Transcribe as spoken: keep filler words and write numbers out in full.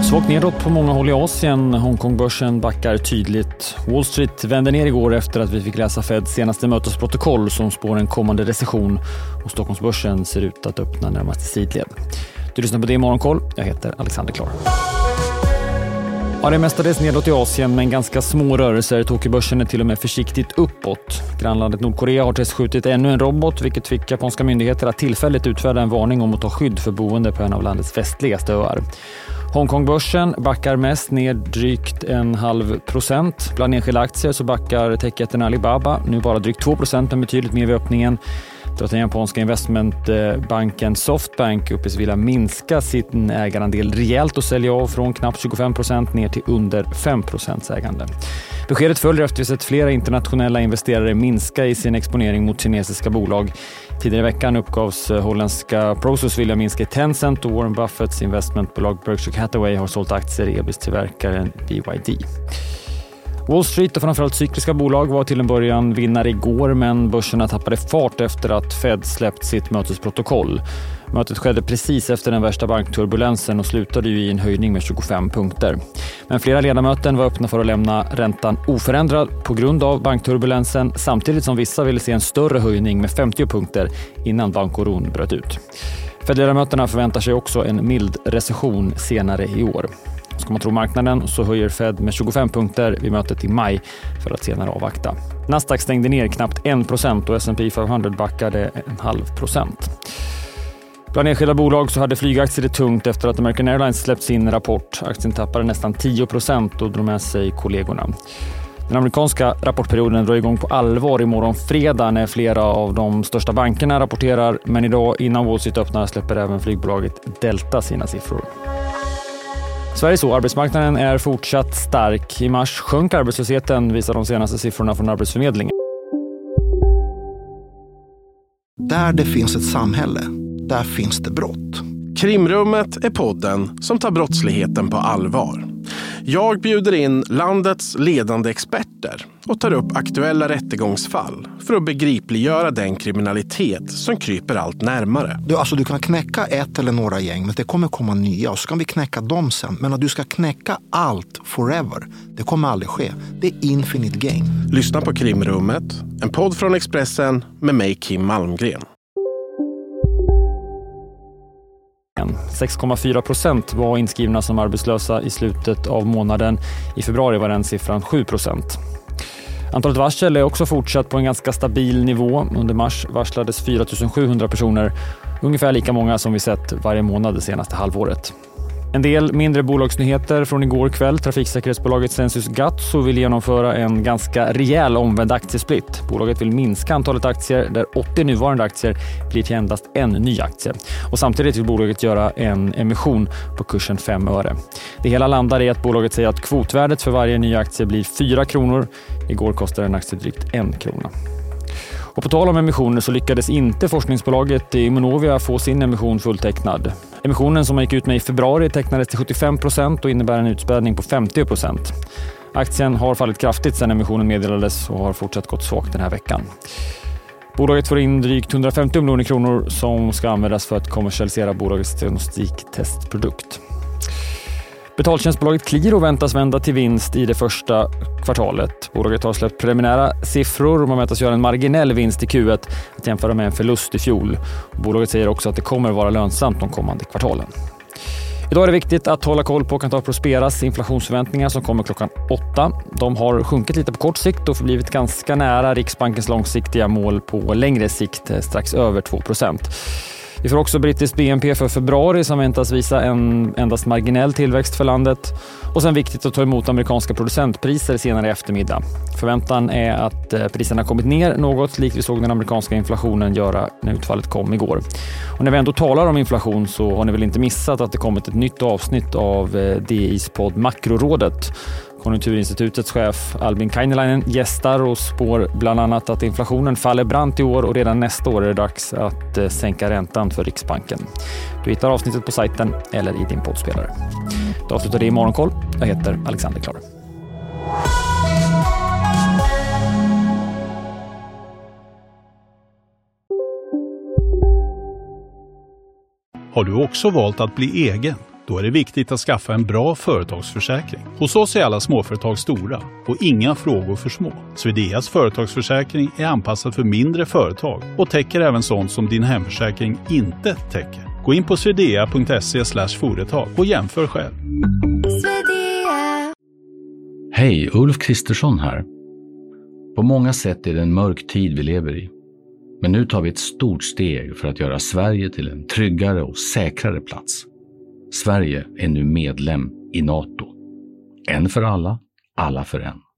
Svagt nedåt på många håll i Asien. Hongkongbörsen backar tydligt. Wall Street vände ner igår efter att vi fick läsa Feds senaste mötesprotokoll som spår en kommande recession. Och Stockholmsbörsen ser ut att öppna närmast i sidled. Du lyssnar på det i Morgonkoll. Jag heter Alexander Klar. Ja, det är mestadels nedåt i Asien men ganska små rörelser. Tokyobörsen är till och med försiktigt uppåt. Grannlandet Nordkorea har testskjutit ännu en robot vilket fick japanska myndigheter att tillfälligt utfärda en varning om att ta skydd för boende på en av landets västligaste öar. Hongkongbörsen backar mest ner drygt en halv procent. Bland enskilda aktier så backar techjätten Alibaba nu bara drygt två procent men betydligt mer vid öppningen. Trots den japanska investmentbanken Softbank uppges vilja minska sin ägarandel rejält och sälja av från knappt tjugofem procent ner till under fem procent ägande. Beskedet följer efter att vi sett flera internationella investerare minska i sin exponering mot kinesiska bolag. Tidigare i veckan uppgavs holländska Prosus vilja minska i Tencent och Warren Buffetts investmentbolag Berkshire Hathaway har sålt aktier i elbilstillverkaren B Y D. Wall Street och framförallt cykliska bolag var till en början vinnare igår men börserna tappade fart efter att Fed släppt sitt mötesprotokoll. Mötet skedde precis efter den värsta bankturbulensen och slutade ju i en höjning med tjugofem punkter. Men flera ledamöter var öppna för att lämna räntan oförändrad på grund av bankturbulensen samtidigt som vissa ville se en större höjning med femtio punkter innan bankoron bröt ut. Fed-ledamöterna förväntar sig också en mild recession senare i år. Ska man tro marknaden så höjer Fed med tjugofem punkter vid mötet i maj för att senare avvakta. Nasdaq stängde ner knappt en procent och S and P femhundra backade en halv procent. Bland enskilda bolag så hade flygaktier det tungt efter att American Airlines släppt sin rapport. Aktien tappade nästan tio procent och drog med sig kollegorna. Den amerikanska rapportperioden drar igång på allvar imorgon fredag när flera av de största bankerna rapporterar. Men idag innan Wall Street öppnar släpper även flygbolaget Delta sina siffror. Sveriges arbetsmarknaden är fortsatt stark. I mars sjönk arbetslösheten visar de senaste siffrorna från Arbetsförmedlingen. Där det finns ett samhälle, där finns det brott. Krimrummet är podden som tar brottsligheten på allvar. Jag bjuder in landets ledande experter och tar upp aktuella rättegångsfall för att begripliggöra den kriminalitet som kryper allt närmare. Du, alltså, du kan knäcka ett eller några gäng, men det kommer komma nya och så kan vi knäcka dem sen. Men att du ska knäcka allt forever, det kommer aldrig ske. Det är infinite gain. Lyssna på Krimrummet, en podd från Expressen med mig Kim Malmgren. sex komma fyra procent var inskrivna som arbetslösa i slutet av månaden. I februari var den siffran sju procent. Antalet varsel är också fortsatt på en ganska stabil nivå. Under mars varslades fyra tusen sjuhundra personer, ungefär lika många som vi sett varje månad det senaste halvåret. En del mindre bolagsnyheter från igår kväll. Trafiksäkerhetsbolaget Sensus Gatso vill genomföra en ganska rejäl omvänd aktiesplit. Bolaget vill minska antalet aktier där åttio nuvarande aktier blir till endast en ny aktie. Och samtidigt vill bolaget göra en emission på kursen fem öre. Det hela landar i att bolaget säger att kvotvärdet för varje ny aktie blir fyra kronor. Igår kostade en aktie drygt en krona. Och på tal om emissioner så lyckades inte forskningsbolaget Immunovia få sin emission fulltecknad. Emissionen som man gick ut med i februari tecknades till sjuttiofem procent och innebär en utspädning på femtio procent. Aktien har fallit kraftigt sedan emissionen meddelades och har fortsatt gått svagt den här veckan. Bolaget får in drygt hundrafemtio miljoner kronor som ska användas för att kommersialisera bolagets diagnostiktestprodukt. Betaltjänstbolaget Qliro väntas vända till vinst i det första kvartalet. Bolaget har släppt preliminära siffror och man väntas göra en marginell vinst i Q ett att jämföra med en förlust i fjol. Bolaget säger också att det kommer vara lönsamt de kommande kvartalen. Idag är det viktigt att hålla koll på Kantar Prosperas inflationsförväntningar som kommer klockan åtta. De har sjunkit lite på kort sikt och förblivit ganska nära Riksbankens långsiktiga mål på längre sikt, strax över två procent. Vi får också brittiskt B N P för februari som väntas visa en endast marginell tillväxt för landet. Och sen viktigt att ta emot amerikanska producentpriser senare i eftermiddag. Förväntan är att priserna kommit ner något likt vi såg den amerikanska inflationen göra när utfallet kom igår. Och när vi ändå talar om inflation så har ni väl inte missat att det kommit ett nytt avsnitt av D I:s podd Makrorådet. Konjunkturinstitutets chef Albin Kainelainen gästar och spår bland annat att inflationen faller brant i år och redan nästa år är det dags att sänka räntan för Riksbanken. Du hittar avsnittet på sajten eller i din poddspelare. Då avslutar det i Morgonkoll. Jag heter Alexander Klar. Har du också valt att bli egen? Då är det viktigt att skaffa en bra företagsförsäkring. Hos oss är alla småföretag stora och inga frågor för små. Swedeas företagsförsäkring är anpassad för mindre företag och täcker även sånt som din hemförsäkring inte täcker. Gå in på swedea punkt se slash företag och jämför själv. Hej, Ulf Kristersson här. På många sätt är det en mörk tid vi lever i. Men nu tar vi ett stort steg för att göra Sverige till en tryggare och säkrare plats. Sverige är nu medlem i NATO. En för alla, alla för en.